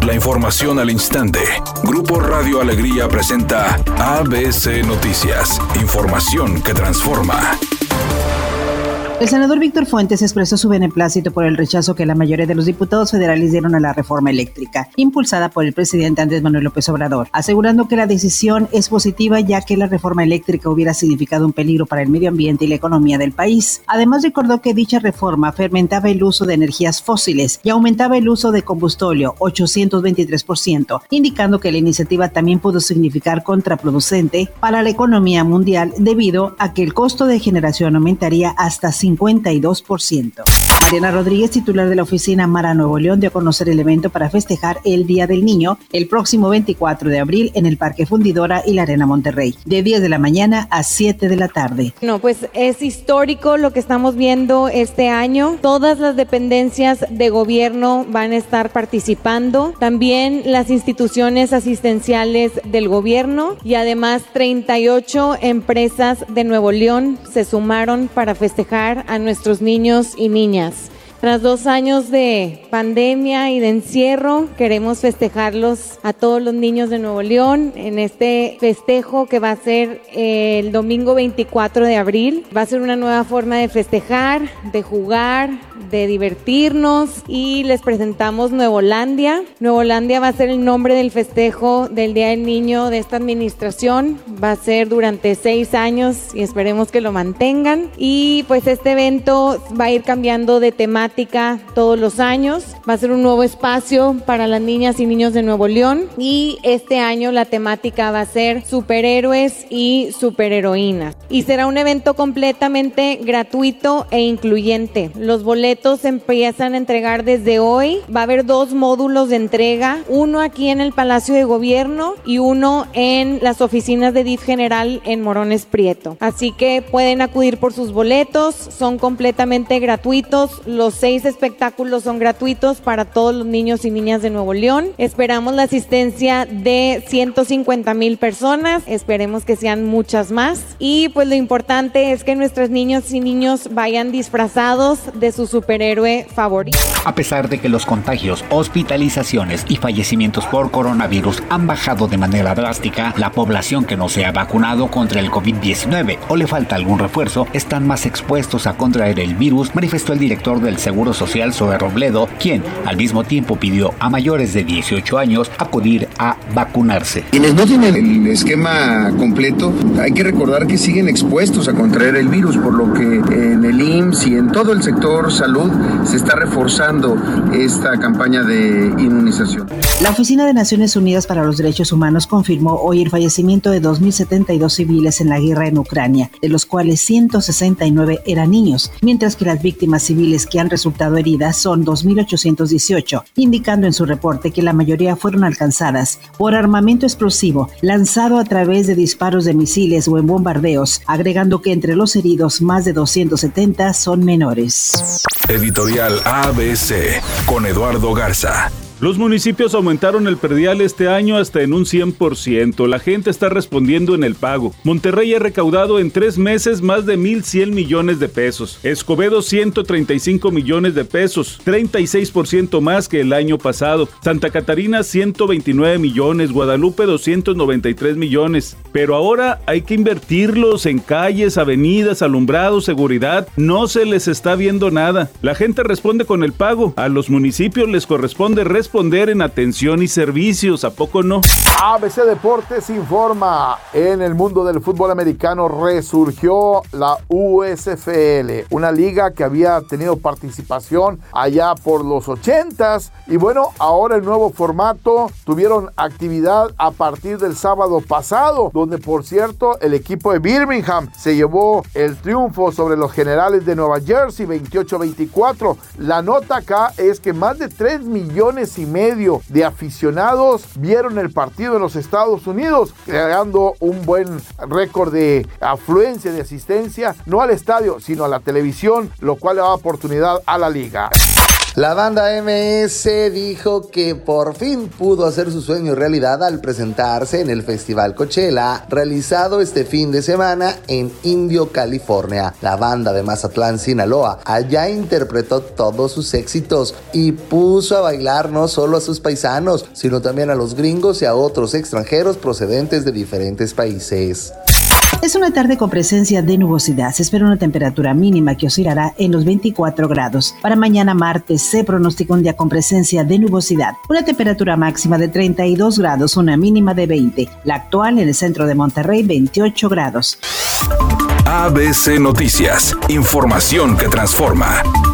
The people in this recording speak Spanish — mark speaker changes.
Speaker 1: La información al instante. Grupo Radio Alegría presenta ABC Noticias. Información que transforma.
Speaker 2: El senador Víctor Fuentes expresó su beneplácito por el rechazo que la mayoría de los diputados federales dieron a la reforma eléctrica, impulsada por el presidente Andrés Manuel López Obrador, asegurando que la decisión es positiva ya que la reforma eléctrica hubiera significado un peligro para el medio ambiente y la economía del país. Además, recordó que dicha reforma fermentaba el uso de energías fósiles y aumentaba el uso de combustóleo 823%, indicando que la iniciativa también pudo significar contraproducente para la economía mundial debido a que el costo de generación aumentaría hasta 52%. Mariana Rodríguez, titular de la oficina Mara Nuevo León, dio a conocer el evento para festejar el Día del Niño el próximo 24 de abril en el Parque Fundidora y la Arena Monterrey, de 10 de la mañana a 7 de la tarde.
Speaker 3: Pues es histórico lo que estamos viendo este año. Todas las dependencias de gobierno van a estar participando, también las instituciones asistenciales del gobierno y además 38 empresas de Nuevo León se sumaron para festejar a nuestros niños y niñas. Tras 2 años de pandemia y de encierro, queremos festejarlos a todos los niños de Nuevo León en este festejo que va a ser el domingo 24 de abril. Va a ser una nueva forma de festejar, de jugar, de divertirnos y les presentamos Nuevolandia. Nuevolandia va a ser el nombre del festejo del Día del Niño de esta administración. Va a ser durante 6 años y esperemos que lo mantengan. Y pues este evento va a ir cambiando de temática todos los años. Va a ser un nuevo espacio para las niñas y niños de Nuevo León y este año la temática va a ser superhéroes y superheroínas. Y será un evento completamente gratuito e incluyente. Los boletos se empiezan a entregar desde hoy. Va a haber 2 módulos de entrega, uno aquí en el Palacio de Gobierno y uno en las oficinas de DIF General en Morones Prieto. Así que pueden acudir por sus boletos, son completamente gratuitos. Los 6 espectáculos son gratuitos para todos los niños y niñas de Nuevo León. Esperamos la asistencia de 150,000 personas, esperemos que sean muchas más. Y pues lo importante es que nuestros niños y niños vayan disfrazados de su superhéroe favorito.
Speaker 4: A pesar de que los contagios, hospitalizaciones y fallecimientos por coronavirus han bajado de manera drástica, la población que no se ha vacunado contra el COVID-19 o le falta algún refuerzo están más expuestos a contraer el virus, manifestó el director del Seguro Social, Zoe Robledo, quien al mismo tiempo pidió a mayores de 18 años acudir a vacunarse.
Speaker 5: Quienes no tienen el esquema completo, hay que recordar que siguen expuestos a contraer el virus, por lo que en el IMSS y en todo el sector salud se está reforzando esta campaña de inmunización.
Speaker 2: La Oficina de Naciones Unidas para los Derechos Humanos confirmó hoy el fallecimiento de 2.072 civiles en la guerra en Ucrania, de los cuales 169 eran niños, mientras que las víctimas civiles que han resultado heridas son 2.818, indicando en su reporte que la mayoría fueron alcanzadas por armamento explosivo lanzado a través de disparos de misiles o en bombardeos, agregando que entre los heridos más de 270 son menores.
Speaker 1: Editorial ABC con Eduardo Garza.
Speaker 6: Los municipios aumentaron el predial este año hasta en un 100%. La gente está respondiendo en el pago. Monterrey ha recaudado en 3 meses más de 1,100 millones de pesos. Escobedo 135 millones de pesos, 36% más que el año pasado. Santa Catarina 129 millones, Guadalupe 293 millones. Pero ahora hay que invertirlos en calles, avenidas, alumbrados, seguridad. No se les está viendo nada. La gente responde con el pago. A los municipios les corresponde responder en atención y servicios, ¿a poco no?
Speaker 7: ABC Deportes informa, en el mundo del fútbol americano resurgió la USFL, una liga que había tenido participación allá por los 80s y bueno, ahora el nuevo formato tuvieron actividad a partir del sábado pasado, donde por cierto el equipo de Birmingham se llevó el triunfo sobre los Generales de Nueva Jersey 28-24. La nota acá es que más de 3,5 millones de aficionados vieron el partido en los Estados Unidos, creando un buen récord de afluencia, de asistencia, no al estadio, sino a la televisión, lo cual le da oportunidad a la liga.
Speaker 8: La banda MS dijo que por fin pudo hacer su sueño realidad al presentarse en el Festival Coachella, realizado este fin de semana en Indio, California. La banda de Mazatlán, Sinaloa, allá interpretó todos sus éxitos y puso a bailar no solo a sus paisanos, sino también a los gringos y a otros extranjeros procedentes de diferentes países.
Speaker 2: Es una tarde con presencia de nubosidad. Se espera una temperatura mínima que oscilará en los 24 grados. Para mañana martes se pronostica un día con presencia de nubosidad. Una temperatura máxima de 32 grados, una mínima de 20. La actual en el centro de Monterrey, 28 grados.
Speaker 1: ABC Noticias. Información que transforma.